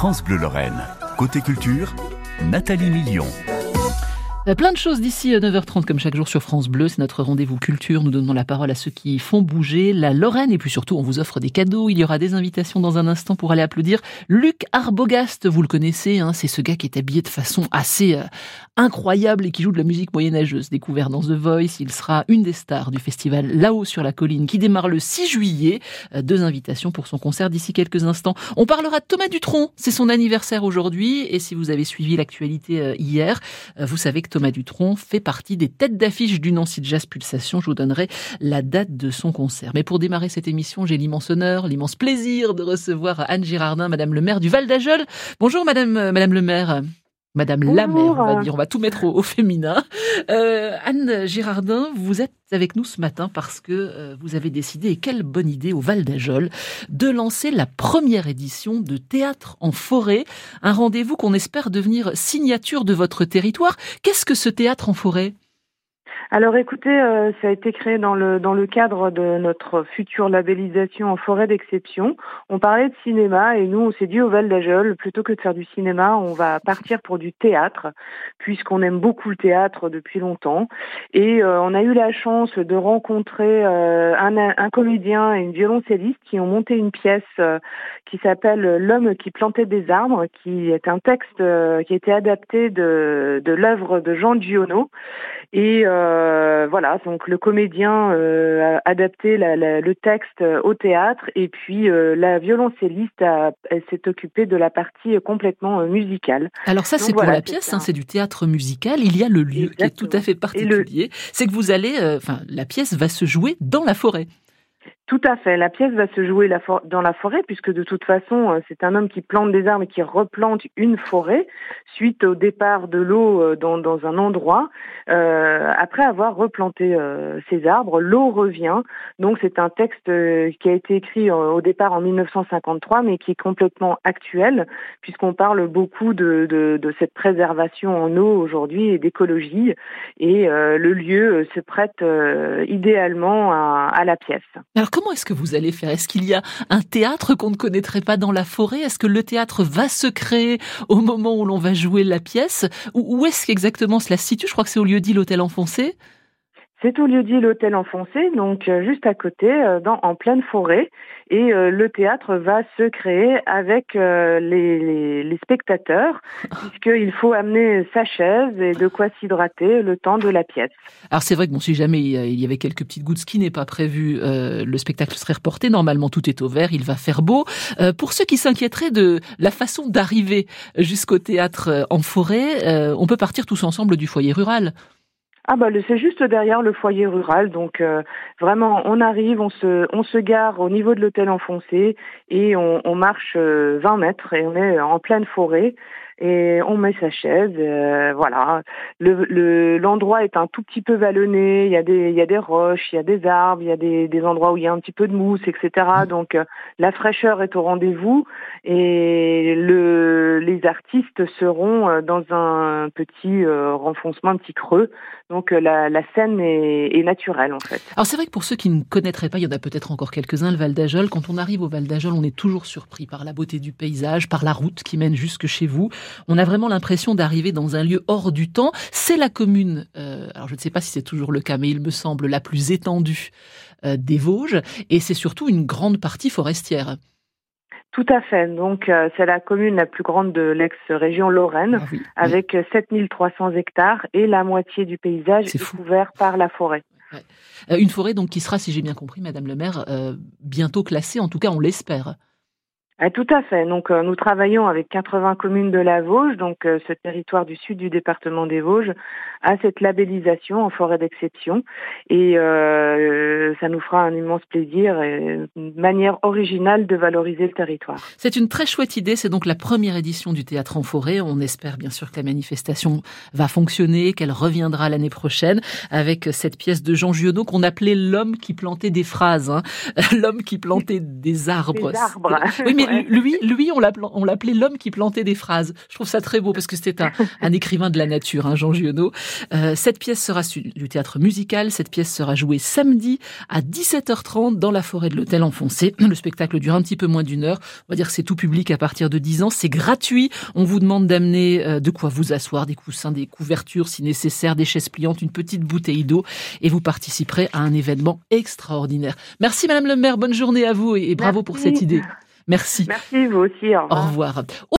France Bleu Lorraine. Côté culture, Nathalie Million. Plein de choses d'ici 9h30 comme chaque jour sur France Bleu. C'est notre rendez-vous culture. Nous donnons la parole à ceux qui font bouger la Lorraine. Et puis surtout, on vous offre des cadeaux. Il y aura des invitations dans un instant pour aller applaudir Luc Arbogast. Vous le connaissez, hein, c'est ce gars qui est habillé de façon assez incroyable et qui joue de la musique moyenâgeuse. Découvert dans The Voice, il sera une des stars du festival Là-haut sur la colline qui démarre le 6 juillet. 2 invitations pour son concert d'ici quelques instants. On parlera de Thomas Dutronc. C'est son anniversaire aujourd'hui. Et si vous avez suivi l'actualité hier, vous savez que Thomas Dutronc fait partie des têtes d'affiche du Nancy Jazz Pulsation. Je vous donnerai la date de son concert. Mais pour démarrer cette émission, j'ai l'immense honneur, l'immense plaisir de recevoir Anne Girardin, Madame le maire du Val-d'Ajol. Bonjour Madame le maire. Madame Bonjour. la maire, on va dire. On va tout mettre au féminin. Anne Girardin, vous êtes avec nous ce matin parce que vous avez décidé, et quelle bonne idée au Val-d'Ajol, de lancer la première édition de Théâtre en forêt. Un rendez-vous qu'on espère devenir signature de votre territoire. Qu'est-ce que ce Théâtre en forêt ? Alors écoutez, ça a été créé dans le cadre de notre future labellisation en forêt d'exception. On parlait de cinéma et nous on s'est dit au Val-d'Ajol, plutôt que de faire du cinéma, on va partir pour du théâtre, puisqu'on aime beaucoup le théâtre depuis longtemps. Et on a eu la chance de rencontrer un comédien et une violoncelliste qui ont monté une pièce qui s'appelle L'homme qui plantait des arbres, qui est un texte qui a été adapté de l'œuvre de Jean Giono. Et voilà, donc le comédien a adapté le texte au théâtre et puis la violoncelliste elle s'est occupée de la partie complètement musicale. Alors ça, donc, c'est pour la pièce, c'est du théâtre musical. Il y a le lieu Exactement. Qui est tout à fait particulier. C'est que vous allez, la pièce va se jouer dans la forêt. Tout à fait. La pièce va se jouer dans la forêt puisque de toute façon, c'est un homme qui plante des arbres et qui replante une forêt suite au départ de l'eau dans un endroit. Après avoir replanté ces arbres, l'eau revient. Donc c'est un texte qui a été écrit au départ en 1953 mais qui est complètement actuel puisqu'on parle beaucoup de cette préservation en eau aujourd'hui et d'écologie. Et le lieu se prête idéalement à la pièce. Alors comment est-ce que vous allez faire ? Est-ce qu'il y a un théâtre qu'on ne connaîtrait pas dans la forêt ? Est-ce que le théâtre va se créer au moment où l'on va jouer la pièce ? Où est-ce qu'exactement cela se situe ? Je crois que c'est au lieu-dit l'Hôtel Enfoncé. C'est au lieu-dit l'Hôtel Enfoncé, donc juste à côté, en pleine forêt. Et le théâtre va se créer avec les spectateurs, puisqu'il faut amener sa chaise et de quoi s'hydrater le temps de la pièce. Alors c'est vrai que si jamais il y avait quelques petites gouttes, ce qui n'est pas prévu, le spectacle serait reporté. Normalement, tout est au vert, il va faire beau. Pour ceux qui s'inquiéteraient de la façon d'arriver jusqu'au théâtre en forêt, on peut partir tous ensemble du foyer rural. Ah c'est juste derrière le foyer rural, donc vraiment on arrive, on se gare au niveau de l'Hôtel Enfoncé et on marche 20 mètres et on est en pleine forêt et on met sa chaise, voilà. L'endroit est un tout petit peu vallonné, il y a des roches, il y a des arbres, il y a des endroits où il y a un petit peu de mousse, etc. Donc la fraîcheur est au rendez-vous et les artistes seront dans un petit renfoncement, un petit creux. Donc la scène est naturelle en fait. Alors c'est vrai que pour ceux qui ne connaîtraient pas, il y en a peut-être encore quelques-uns, le Val-d'Ajol. Quand on arrive au Val-d'Ajol, on est toujours surpris par la beauté du paysage, par la route qui mène jusque chez vous. On a vraiment l'impression d'arriver dans un lieu hors du temps. C'est la commune, alors je ne sais pas si c'est toujours le cas, mais il me semble la plus étendue des Vosges. Et c'est surtout une grande partie forestière. Tout à fait. Donc, c'est la commune la plus grande de l'ex-région Lorraine, avec 7300 hectares et la moitié du paysage est couvert par la forêt. Ouais. Une forêt donc qui sera, si j'ai bien compris, Madame le maire, bientôt classée, en tout cas on l'espère. Tout à fait. Donc, nous travaillons avec 80 communes de la Vosges, donc ce territoire du sud du département des Vosges, a cette labellisation en forêt d'exception. Et ça nous fera un immense plaisir et une manière originale de valoriser le territoire. C'est une très chouette idée. C'est donc la première édition du Théâtre en forêt. On espère bien sûr que la manifestation va fonctionner, qu'elle reviendra l'année prochaine avec cette pièce de Jean Giono qu'on appelait l'homme qui plantait des phrases. L'homme qui plantait des arbres. Des arbres. Oui, mais Ouais. lui, on l'appelait l'homme qui plantait des phrases. Je trouve ça très beau parce que c'était un écrivain de la nature, Jean Giono. Cette pièce sera du théâtre musical. Cette pièce sera jouée samedi à 17h30 dans la forêt de l'Hôtel Enfoncé. Le spectacle dure un petit peu moins d'une heure. On va dire que c'est tout public à partir de 10 ans. C'est gratuit. On vous demande d'amener de quoi vous asseoir, des coussins, des couvertures si nécessaire, des chaises pliantes, une petite bouteille d'eau et vous participerez à un événement extraordinaire. Merci Madame le maire, bonne journée à vous et bravo pour cette idée. Merci. Merci, vous aussi. Au revoir. Au revoir.